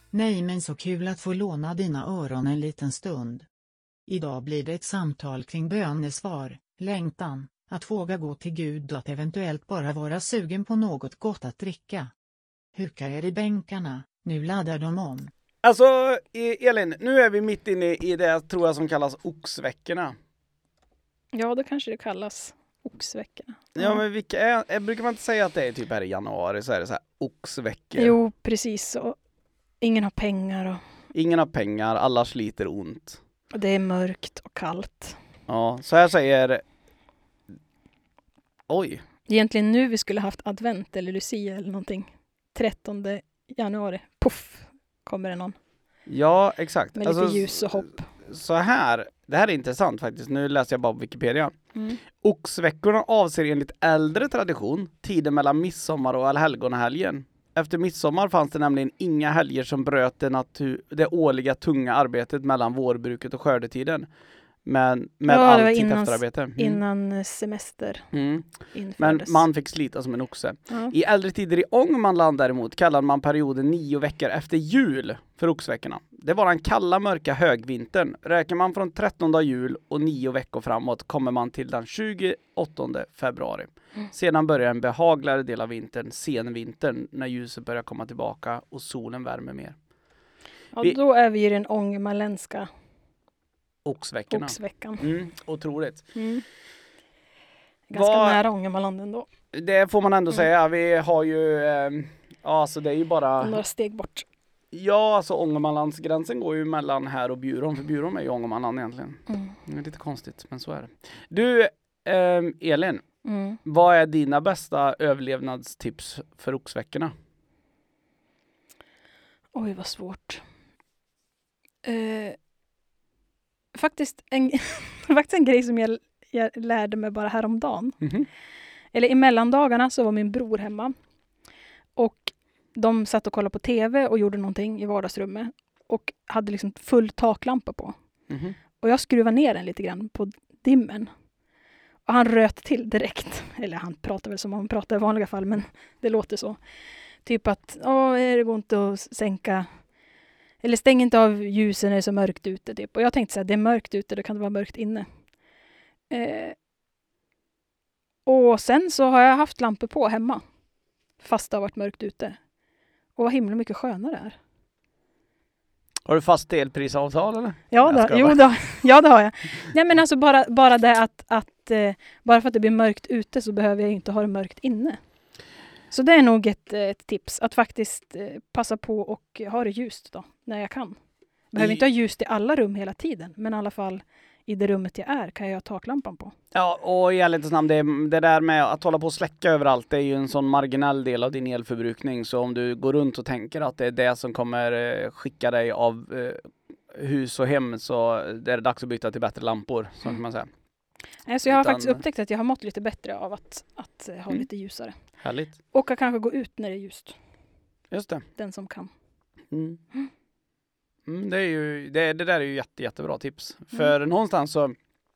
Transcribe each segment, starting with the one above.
Nej, men så kul att få låna dina öron en liten stund. Idag blir det ett samtal kring bönesvar, längtan, att våga gå till Gud och att eventuellt bara vara sugen på något gott att dricka. Huka er i bänkarna, nu laddar de om. Alltså, Elin, nu är vi mitt inne i det tror jag som kallas oxveckorna. Ja, det kanske det kallas. Oxveckorna. Ja, men vilka är, brukar man inte säga att det är typ här i januari så är det så här oxveckor? Jo, precis. Och ingen har pengar. Och Ingen har pengar, alla sliter ont. det är mörkt och kallt. Ja, så här säger... Oj. Egentligen nu vi skulle haft advent eller Lucia eller någonting. 13 januari. Puff, kommer det någon. Ja, exakt. Med lite ljus och hopp. Så här, det här är intressant faktiskt. Nu läser jag bara på Wikipedia. Mm. Oxveckorna avser enligt äldre tradition tiden mellan midsommar och allhelgonahelgen. Efter midsommar fanns det nämligen inga helger som bröt det årliga tunga arbetet mellan vårbruket och skördetiden. Men med allt sitt efterarbete. Innan semester infördes. Men man fick slita som en oxe. Ja. I äldre tider i Ångermanland däremot kallade man perioden 9 veckor efter jul för oxveckorna. Det var den kalla mörka högvintern. Räknar man från 13 jul och 9 veckor framåt kommer man till den 28 februari. Sedan börjar en behagligare del av vintern, senvintern, när ljuset börjar komma tillbaka och solen värmer mer. Ja, då är vi i den ångermanländska Oxveckan. Otroligt. Ganska nära Ångermanland ändå. Det får man ändå säga. Vi har ju, alltså det är ju bara... Några steg bort. Ja, alltså Ångermanlandsgränsen går ju mellan här och Bjurån. För Bjurån är ju Ångermanland egentligen. Det är lite konstigt, men så är det. Du, Elin. Vad är dina bästa överlevnadstips för oxveckorna? Oj, vad svårt. Faktiskt en grej som jag lärde mig bara häromdagen. Eller i mellandagarna så var min bror hemma. Och de satt och kollade på tv och gjorde någonting i vardagsrummet. Och hade liksom full taklampa på. Och jag skruvade ner den lite grann på dimmen. Och han röt till direkt. Eller han pratar väl som han pratar i vanliga fall, men det låter så. Typ att, det går inte att sänka... Eller stäng inte av ljusen när det är så mörkt ute. Typ. Och jag tänkte så här, det är mörkt ute, det kan det vara mörkt inne. Och sen så har jag haft lampor på hemma. Fast det har varit mörkt ute. Och vad himla mycket skönare det är. Har du fast elprisavtal eller? Ja, det har jag. Nej, men alltså bara det att bara för att det blir mörkt ute så behöver jag inte ha det mörkt inne. Så det är nog ett tips. Att faktiskt passa på och ha det ljust då, när jag kan. Behöver inte ha ljust i alla rum hela tiden. Men i alla fall i det rummet jag är kan jag ha taklampan på. Ja, och i ärlighetens namn, det där med att hålla på och släcka överallt, det är ju en sån marginell del av din elförbrukning. Så om du går runt och tänker att det är det som kommer skicka dig av hus och hem, så det är dags att byta till bättre lampor, så kan man säga. Så jag har faktiskt upptäckt att jag har mått lite bättre av att ha lite ljusare. Härligt. Och att kanske gå ut när det är ljust. Just det. Den som kan. Det där är ju jättebra tips. För någonstans så,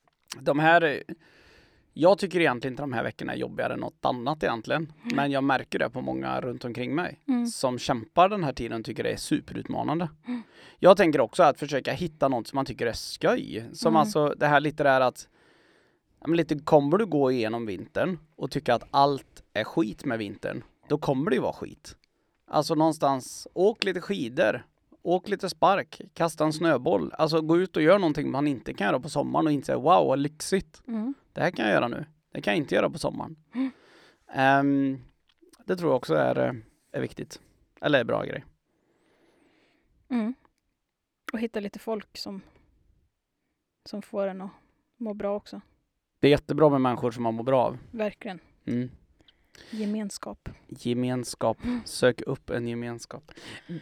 jag tycker egentligen inte de här veckorna är jobbigare än något annat egentligen. Men jag märker det på många runt omkring mig som kämpar den här tiden och tycker det är superutmanande. Jag tänker också att försöka hitta något som man tycker är skoj. Som alltså det här lite där att kommer du gå igenom vintern och tycka att allt är skit med vintern, då kommer det ju vara skit. Alltså någonstans, åk lite skidor. Åk lite spark, kasta en snöboll. Alltså gå ut och gör någonting man inte kan göra på sommaren och inte säga wow, vad lyxigt. Det här kan jag göra nu. Det kan jag inte göra på sommaren. Det tror jag också är viktigt. Eller är bra grej. Och hitta lite folk som får en att må bra också. Det är jättebra med människor som man mår bra av. Verkligen. Gemenskap. Sök upp en gemenskap.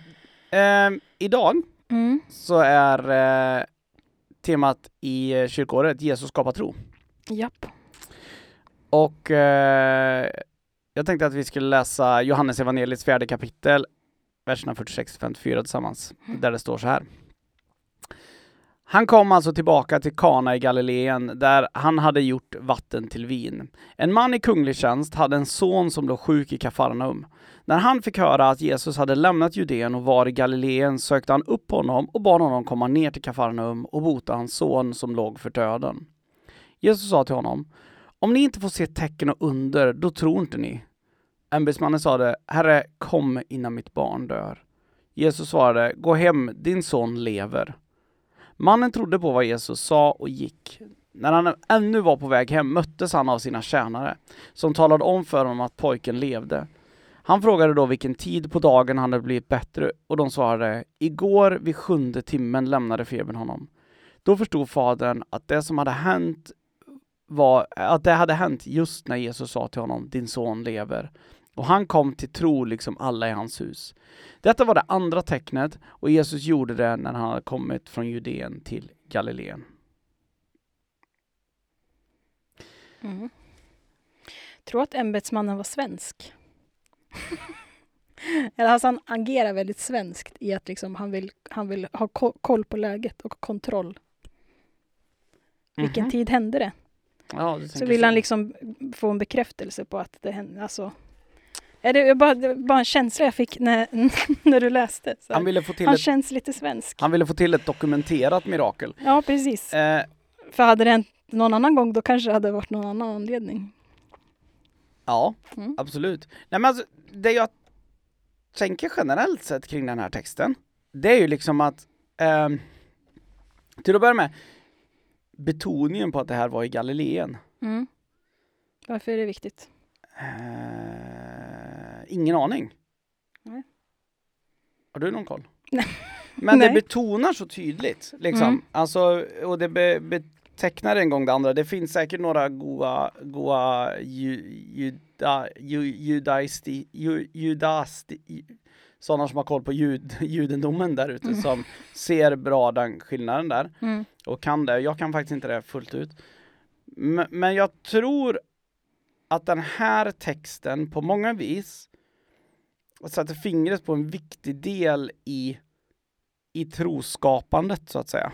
Idag så är temat i kyrkåret Jesus skapar tro. Japp. Och jag tänkte att vi skulle läsa Johannes evangeliets 4:e kapitel, verserna 46-54 tillsammans. Där det står så här. Han kom alltså tillbaka till Kana i Galileen där han hade gjort vatten till vin. En man i kunglig tjänst hade en son som låg sjuk i Kafarnaum. När han fick höra att Jesus hade lämnat Judeen och var i Galileen sökte han upp honom och bad honom komma ner till Kafarnaum och bota hans son som låg för döden. Jesus sa till honom: om ni inte får se tecken och under, då tror inte ni. Ämbetsmannen sade: Herre, kom innan mitt barn dör. Jesus svarade: gå hem, din son lever. Mannen trodde på vad Jesus sa och gick. När han ännu var på väg hem möttes han av sina tjänare, som talade om för honom att pojken levde. Han frågade då vilken tid på dagen han hade blivit bättre, och de svarade: igår vid 7:e timmen lämnade febern honom. Då förstod fadern att det som hade hänt hade hänt just när Jesus sa till honom: din son lever. Och han kom till tro liksom alla i hans hus. Detta var det andra tecknet, och Jesus gjorde det när han hade kommit från Judeen till Galileen. Tror att ämbetsmannen var svensk. Eller alltså han agerar väldigt svenskt i att liksom han vill ha koll på läget och kontroll. Vilken tid hände det? Ja, så vill han liksom få en bekräftelse på att det hände. Alltså, det var bara en känsla jag fick när du läste. Så han känns lite svensk. Han ville få till ett dokumenterat mirakel. Ja, precis. För hade det hänt någon annan gång, då kanske det hade varit någon annan anledning. Ja, absolut. Nej, men alltså, det jag tänker generellt sett kring den här texten, det är ju liksom att till att börja med betoningen på att det här var i Galileen. Varför är det viktigt? Ingen aning. Nej. Har du någon koll? Nej. Men det betonar så tydligt. Liksom. Alltså, och det betecknar en gång det andra. Det finns säkert några goa sådana som har koll på judendomen där ute som ser bra den skillnaden där. Och kan det. Jag kan faktiskt inte det fullt ut. Men jag tror att den här texten på många vis sätter fingret på en viktig del i troskapandet, så att säga.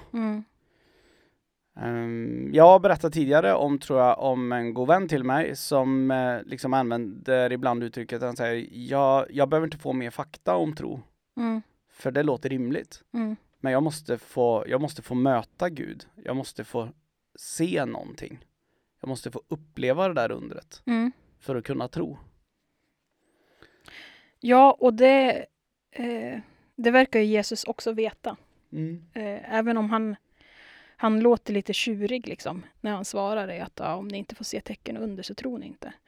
Jag har berättat tidigare om en god vän till mig som liksom använder ibland uttrycket att han säger: jag behöver inte få mer fakta om tro. För det låter rimligt. Men jag måste få möta Gud. Jag måste få se någonting. Jag måste få uppleva det där undret för att kunna tro. Ja, och det verkar ju Jesus också veta. Även om han låter lite tjurig liksom, när han svarar det att om ni inte får se tecken under så tror ni inte.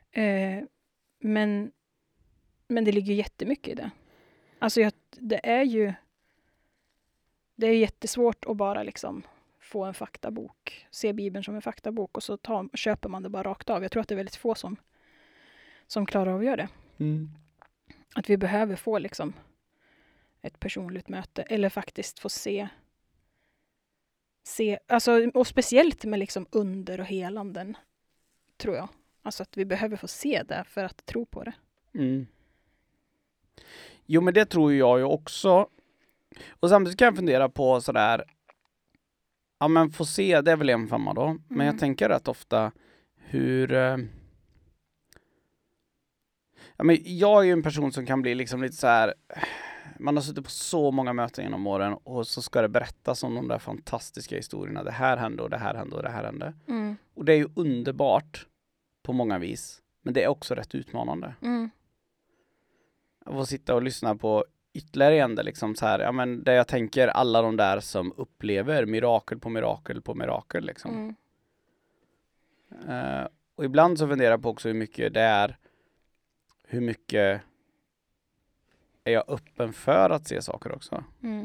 Men det ligger jättemycket i det. Alltså det är ju jättesvårt att bara liksom få en faktabok, se Bibeln som en faktabok och så köper man det bara rakt av. Jag tror att det är väldigt få som klarar av att göra det. Att vi behöver få liksom ett personligt möte eller faktiskt få se alltså, och speciellt med liksom under och helanden, tror jag. Alltså att vi behöver få se det för att tro på det. Jo, men det tror jag ju också. Och samtidigt kan jag fundera på sådär, ja men få se, det är väl en femma då. Men jag tänker rätt ofta hur ja, men jag är ju en person som kan bli liksom lite så här. Man har suttit på så många möten genom åren och så ska det berättas om de där fantastiska historierna. Det här hände och det här hände och det här hände. Och det är ju underbart på många vis. Men det är också rätt utmanande. Att få sitta och lyssna på ytterligare en liksom så här, ja, men där jag tänker alla de där som upplever mirakel på mirakel på mirakel liksom. Och ibland så funderar jag på också hur mycket det är, hur mycket är jag öppen för att se saker också.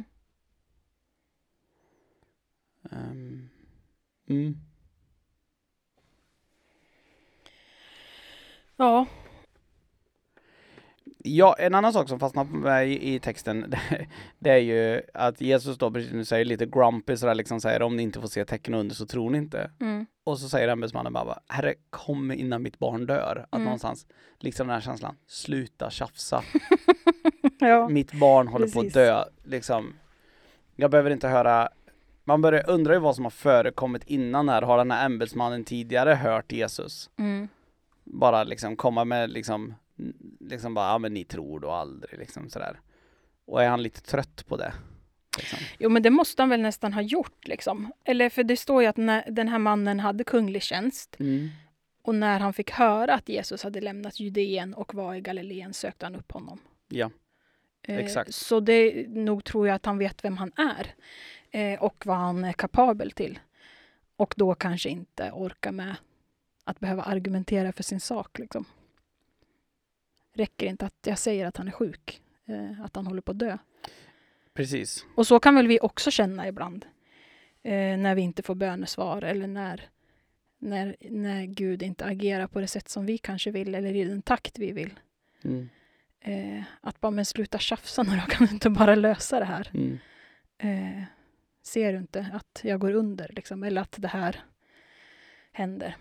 Ja. Ja, en annan sak som fastnar på mig i texten, det är ju att Jesus då precis säger lite grumpy sådär, liksom säger om ni inte får se tecken under så tror ni inte. Och så säger ämbetsmannen bara: Herre, kom innan mitt barn dör. Att någonstans, liksom den här känslan, sluta tjafsa. Ja, mitt barn håller på att dö. Liksom, jag behöver inte höra man börjar undra ju vad som har förekommit innan här. Har den här ämbetsmannen tidigare hört Jesus? Bara liksom komma med liksom bara, ja men ni tror då aldrig liksom sådär. Och är han lite trött på det? Liksom? Jo, men det måste han väl nästan ha gjort liksom. Eller för det står ju att när den här mannen hade kunglig tjänst och när han fick höra att Jesus hade lämnat Judeen och var i Galileen sökte han upp honom. Ja, exakt. Så det nog tror jag att han vet vem han är och vad han är kapabel till. Och då kanske inte orkar med att behöva argumentera för sin sak liksom. Räcker inte att jag säger att han är sjuk, att han håller på att dö. Precis. Och så kan väl vi också känna ibland när vi inte får bönesvar eller när Gud inte agerar på det sätt som vi kanske vill eller i den takt vi vill. Att bara, men sluta tjafsa nu då, kan du inte bara lösa det här? Ser du inte att jag går under liksom, eller att det här händer?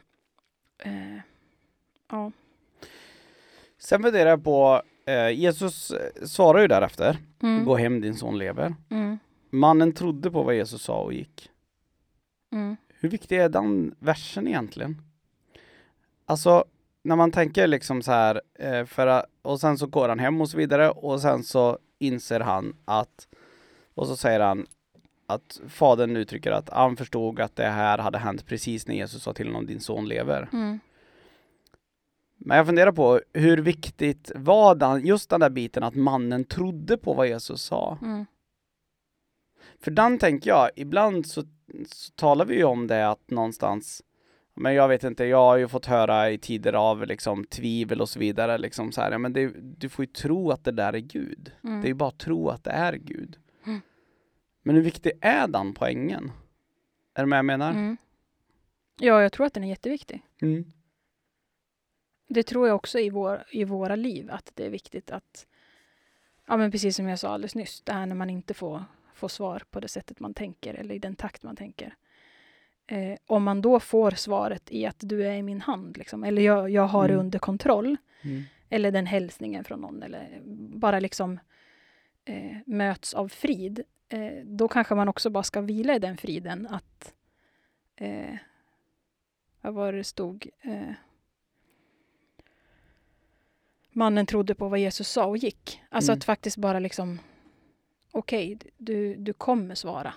Ja. Sen funderar jag på, Jesus svarar ju därefter, gå hem, din son lever. Mannen trodde på vad Jesus sa och gick. Hur viktig är den versen egentligen? Alltså, när man tänker liksom så här, och sen så går han hem och så vidare, och sen så inser han och så säger han att fadern uttrycker att han förstod att det här hade hänt precis när Jesus sa till honom, din son lever. Men jag funderar på hur viktigt var just den där biten att mannen trodde på vad Jesus sa. För den tänker jag, ibland så talar vi ju om det att någonstans, men jag vet inte, jag har ju fått höra i tider av liksom tvivel och så vidare liksom så här, ja, men du får ju tro att det där är Gud. Det är ju bara att tro att det är Gud. Men hur viktig är den poängen? Är det vad jag menar? Ja, jag tror att den är jätteviktig. Det tror jag också i våra liv, att det är viktigt att, ja men precis som jag sa alldeles nyss, det här när man inte får svar på det sättet man tänker eller i den takt man tänker. Om man då får svaret i att du är i min hand liksom, eller jag har det under kontroll, eller den hälsningen från någon, eller bara liksom möts av frid, då kanske man också bara ska vila i den friden att vad var det stod? Mannen trodde på vad Jesus sa och gick. Alltså att faktiskt bara liksom, okej, du kommer svara.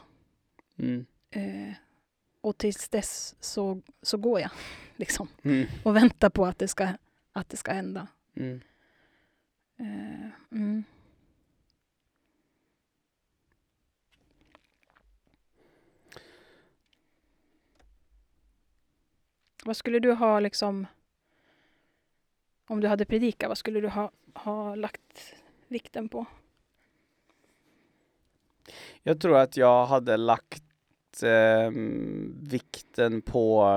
Och tills dess så går jag liksom. Och väntar på att det ska hända. Vad skulle du ha liksom, om du hade predikat, vad skulle du ha lagt vikten på? Jag tror att jag hade lagt vikten på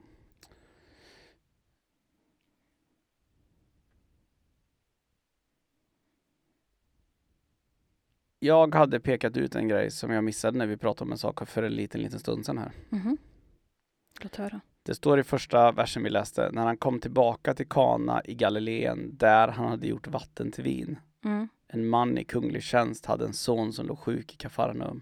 jag hade pekat ut en grej som jag missade när vi pratade om en sak för en liten stund sedan här. Låt höra. Det står i första versen vi läste, när han kom tillbaka till Kana i Galileen, där han hade gjort vatten till vin. En man i kunglig tjänst hade en son som låg sjuk i Kafarnaum.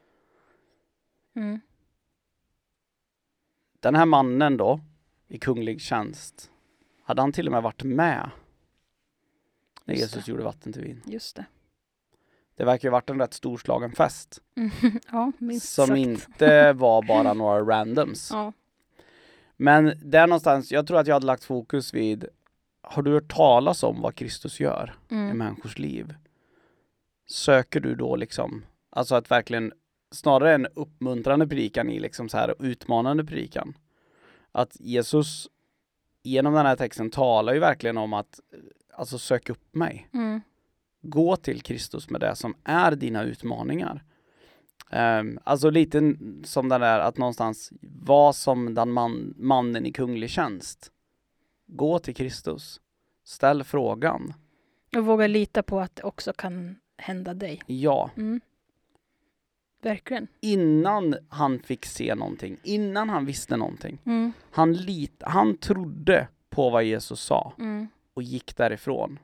Den här mannen då, i kunglig tjänst, hade han till och med varit med när Jesus gjorde vatten till vin. Just det. Det verkar ju ha varit en rätt storslagen fest. Ja, minst som sagt. inte var bara några randoms. Ja. Men där någonstans, jag tror att jag hade lagt fokus vid, har du hört talas om vad Kristus gör i människors liv? Söker du då liksom, alltså att verkligen, snarare en uppmuntrande predikan i liksom så här utmanande predikan. Att Jesus genom den här texten talar ju verkligen om att, alltså sök upp mig. Gå till Kristus med det som är dina utmaningar. Alltså lite som den där att någonstans vara som den mannen i kunglig tjänst. Gå till Kristus. Ställ frågan. Och våga lita på att det också kan hända dig. Ja. Verkligen. Innan han fick se någonting. Innan han visste någonting. Han trodde på vad Jesus sa. Och gick därifrån.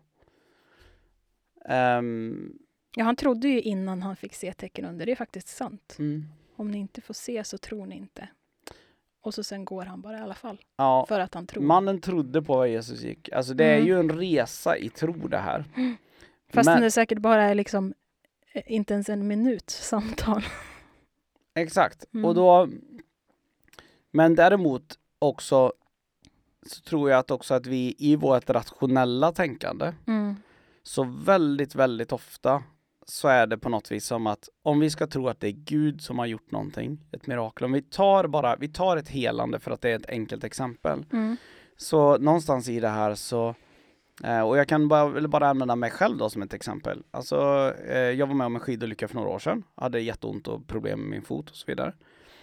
Ja, han trodde ju innan han fick se tecken under. Det är faktiskt sant. om ni inte får se så tror ni inte. Och så sen går han bara i alla fall. Ja, för att han tror. Mannen trodde på vad Jesus gick. Alltså det är ju en resa i tro det här. Fast det säkert bara är liksom inte ens en minut samtal. Exakt. Och då, men däremot också så tror jag att vi i vårt rationella tänkande så väldigt, väldigt ofta så är det på något vis som att om vi ska tro att det är Gud som har gjort någonting, ett mirakel, om vi tar ett helande för att det är ett enkelt exempel. Så någonstans i det här så och jag kan bara använda mig själv då som ett exempel. Alltså jag var med om en skidolycka för några år sedan. Hade jätteont och problem med min fot och så vidare.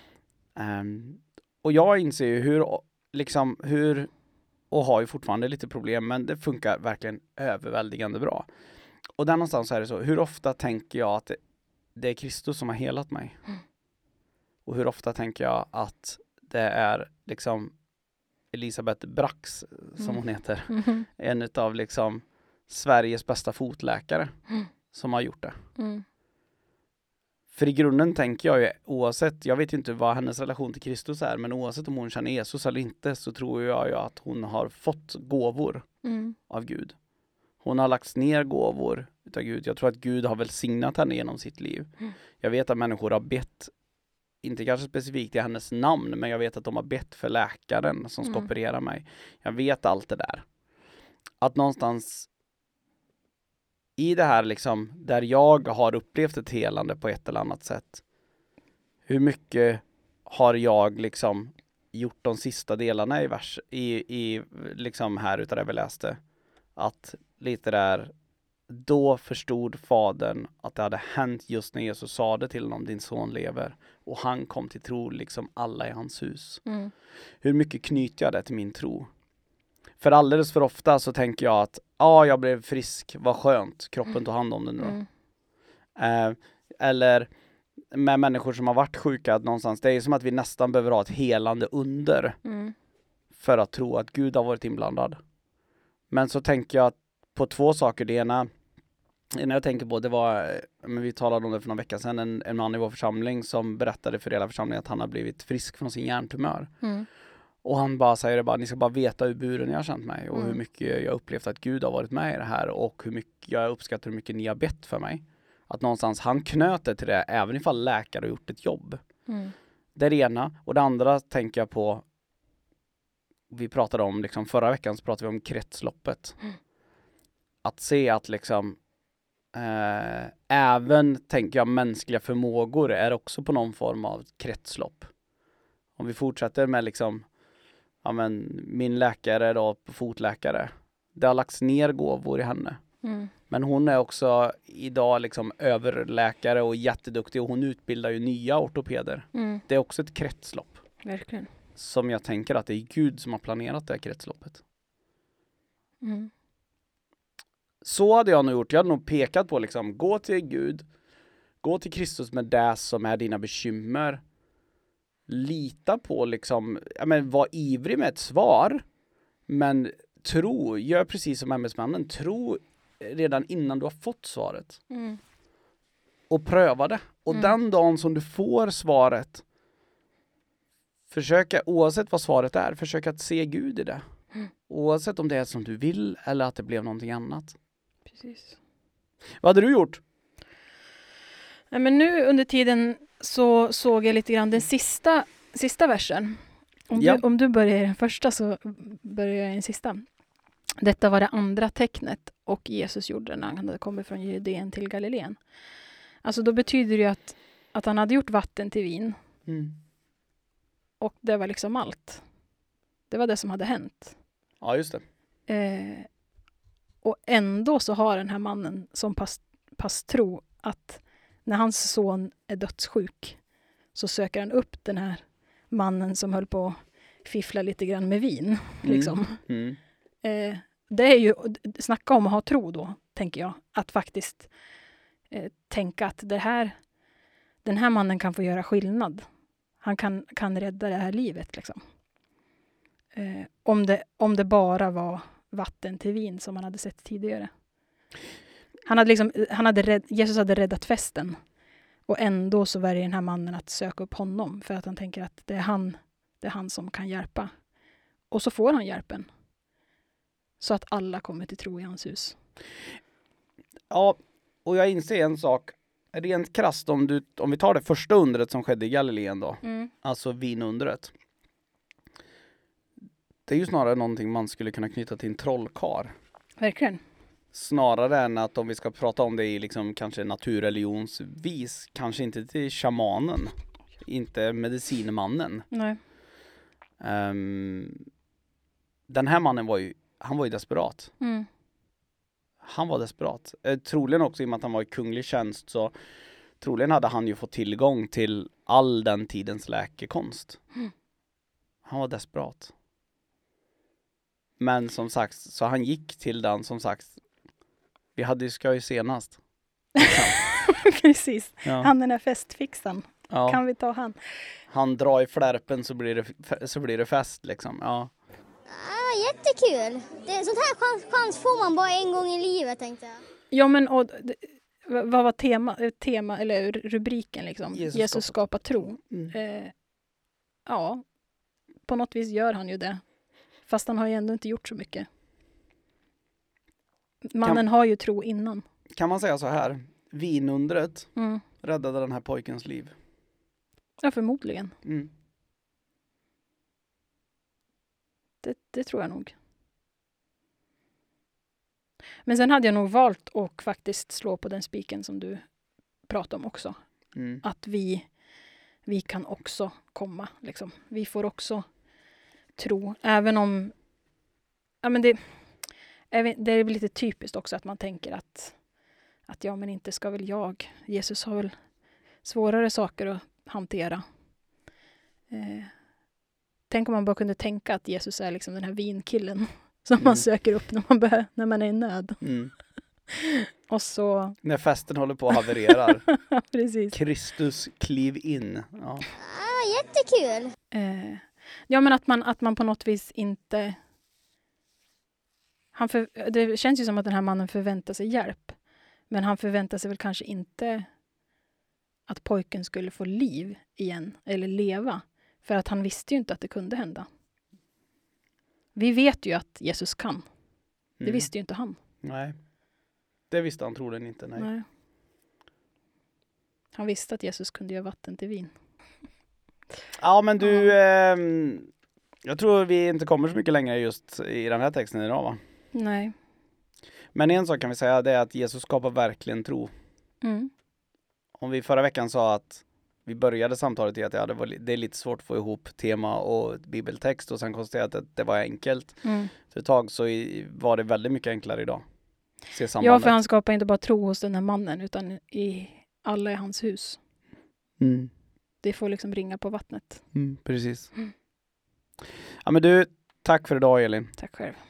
Och jag inser ju hur och har ju fortfarande lite problem, men det funkar verkligen överväldigande bra. Och där någonstans är det så, hur ofta tänker jag att det är Kristus som har helat mig? Och hur ofta tänker jag att det är liksom Elisabeth Brax, som hon heter, en utav liksom Sveriges bästa fotläkare som har gjort det. För i grunden tänker jag ju, oavsett, jag vet ju inte vad hennes relation till Kristus är, men oavsett om hon känner Jesus eller inte så tror jag ju att hon har fått gåvor av Gud. Hon har lagt ner gåvor utav Gud. Jag tror att Gud har välsignat henne genom sitt liv. Jag vet att människor har bett, inte kanske specifikt i hennes namn, men jag vet att de har bett för läkaren som ska operera mig. Jag vet allt det där. Att någonstans i det här liksom, där jag har upplevt ett helande på ett eller annat sätt. Hur mycket har jag liksom gjort de sista delarna i liksom här utav det vi läste. Att lite där, då förstod fadern att det hade hänt just när Jesus sa det till honom, din son lever. Och han kom till tro liksom alla i hans hus. Hur mycket knyter jag det till min tro? För alldeles för ofta så tänker jag att jag blev frisk, vad skönt, kroppen tog hand om det nu. Eller med människor som har varit sjuka någonstans, det är som att vi nästan behöver ha ett helande under för att tro att Gud har varit inblandad. Men så tänker jag på två saker. Det ena jag tänker på, det var, men vi talade om det för några veckor sedan, en man i vår församling som berättade för hela församlingen att han har blivit frisk från sin hjärntumör. Och han bara säger det bara, ni ska bara veta hur buren jag har känt mig och hur mycket jag upplevt att Gud har varit med i det här och hur mycket jag uppskattar hur mycket ni har bett för mig. Att någonstans han knöt det till det, även ifall läkare har gjort ett jobb. Det är det ena. Och det andra tänker jag på, vi pratade om, liksom förra veckan så pratade vi om kretsloppet. Att se att liksom även, tänker jag, mänskliga förmågor är också på någon form av kretslopp. Om vi fortsätter med liksom, ja men, min läkare då, fotläkare. Det har lagts ner gåvor i henne. Men hon är också idag liksom överläkare och jätteduktig och hon utbildar ju nya ortopeder. Det är också ett kretslopp. Verkligen. Som jag tänker att det är Gud som har planerat det här kretsloppet. Så hade jag nog gjort. Jag hade nog pekat på liksom, gå till Gud. Gå till Kristus med det som är dina bekymmer. Lita på liksom, var ivrig med ett svar. Men tro, gör precis som ämbetsmannen. Tro redan innan du har fått svaret. Och pröva det. Och den dagen som du får svaret, försöka, oavsett vad svaret är, försöka att se Gud i det. Oavsett om det är som du vill eller att det blev någonting annat. Precis. Vad hade du gjort? Nej, men nu under tiden så såg jag lite grann den sista versen. Om du börjar i den första så börjar jag i den sista. Detta var det andra tecknet och Jesus gjorde det när han hade kommit från Judeen till Galileen. Alltså då betyder det ju att han hade gjort vatten till vin. Och det var liksom allt. Det var det som hade hänt. Ja, just det. Och ändå så har den här mannen som pass tro att när hans son är dödssjuk så söker han upp den här mannen som höll på att fiffla lite grann med vin. Liksom. Det är ju, snacka om att ha tro då, tänker jag. Att faktiskt tänka att den här mannen kan få göra skillnad. Han kan rädda det här livet. Liksom. Om det bara var vatten till vin som man hade sett tidigare. Jesus hade räddat festen. Och ändå så väljer den här mannen att söka upp honom. För att han tänker att det är han som kan hjälpa. Och så får han hjälpen. Så att alla kommer till tro i hans hus. Ja, och jag inser en sak. Rent krasst, om vi tar det första undret som skedde i Galileen då. Alltså vinundret. Det är ju snarare någonting man skulle kunna knyta till en trollkar. Verkligen. Snarare än att om vi ska prata om det i liksom kanske naturreligionsvis, kanske inte till shamanen, inte medicinmannen. Nej. Den här mannen var ju desperat. Han var desperat. Troligen också i och med att han var i kunglig tjänst, så troligen hade han ju fått tillgång till all den tidens läkekonst. Han var desperat. Men som sagt, så han gick till den, som sagt, vi hade ju senast. Precis. Ja. Han den är festfixan. Ja. Kan vi ta han? Han drar i flärpen så blir det fest liksom. Ja. Jättekul. Sånt här chans får man bara en gång i livet, tänkte jag. Ja, men vad var tema eller rubriken liksom? Jesus skapar tro. Ja, på något vis gör han ju det. Fast han har ju ändå inte gjort så mycket. Mannen har ju tro innan. Kan man säga så här? Vinundret räddade den här pojkens liv. Ja, förmodligen. Mm. Det tror jag nog. Men sen hade jag nog valt att faktiskt slå på den spiken som du pratade om också. Att vi kan också komma. Liksom. Vi får också tro. Även om... Ja, men det är lite typiskt också att man tänker att ja, men inte ska väl jag. Jesus har väl svårare saker att hantera. Tänk om man bara kunde tänka att Jesus är liksom den här vinkillen som man söker upp när man är i nöd. Och så... När festen håller på att havererar. Precis. Kristus kliv in. Ja. Jättekul. Ja, men att man på något vis inte... Det känns ju som att den här mannen förväntar sig hjälp. Men han förväntar sig väl kanske inte att pojken skulle få liv igen. Eller leva. För att han visste ju inte att det kunde hända. Vi vet ju att Jesus kan. Det visste ju inte han. Nej. Det visste han troligen inte. Nej. Han visste att Jesus kunde göra vatten till vin. Ja, men du... jag tror vi inte kommer så mycket längre just i den här texten idag, va? Nej. Men en sak kan vi säga, det är att Jesus skapar verkligen tro. Om vi förra veckan sa att vi började samtalet i att det är lite svårt att få ihop tema och bibeltext, och sen konstaterade att det var enkelt. Så ett tag så var det väldigt mycket enklare idag. Ja, för han skapar inte bara tro hos den här mannen, utan i alla i hans hus. Det får liksom ringa på vattnet. Precis. Ja, men du, tack för idag, Elin. Tack själv.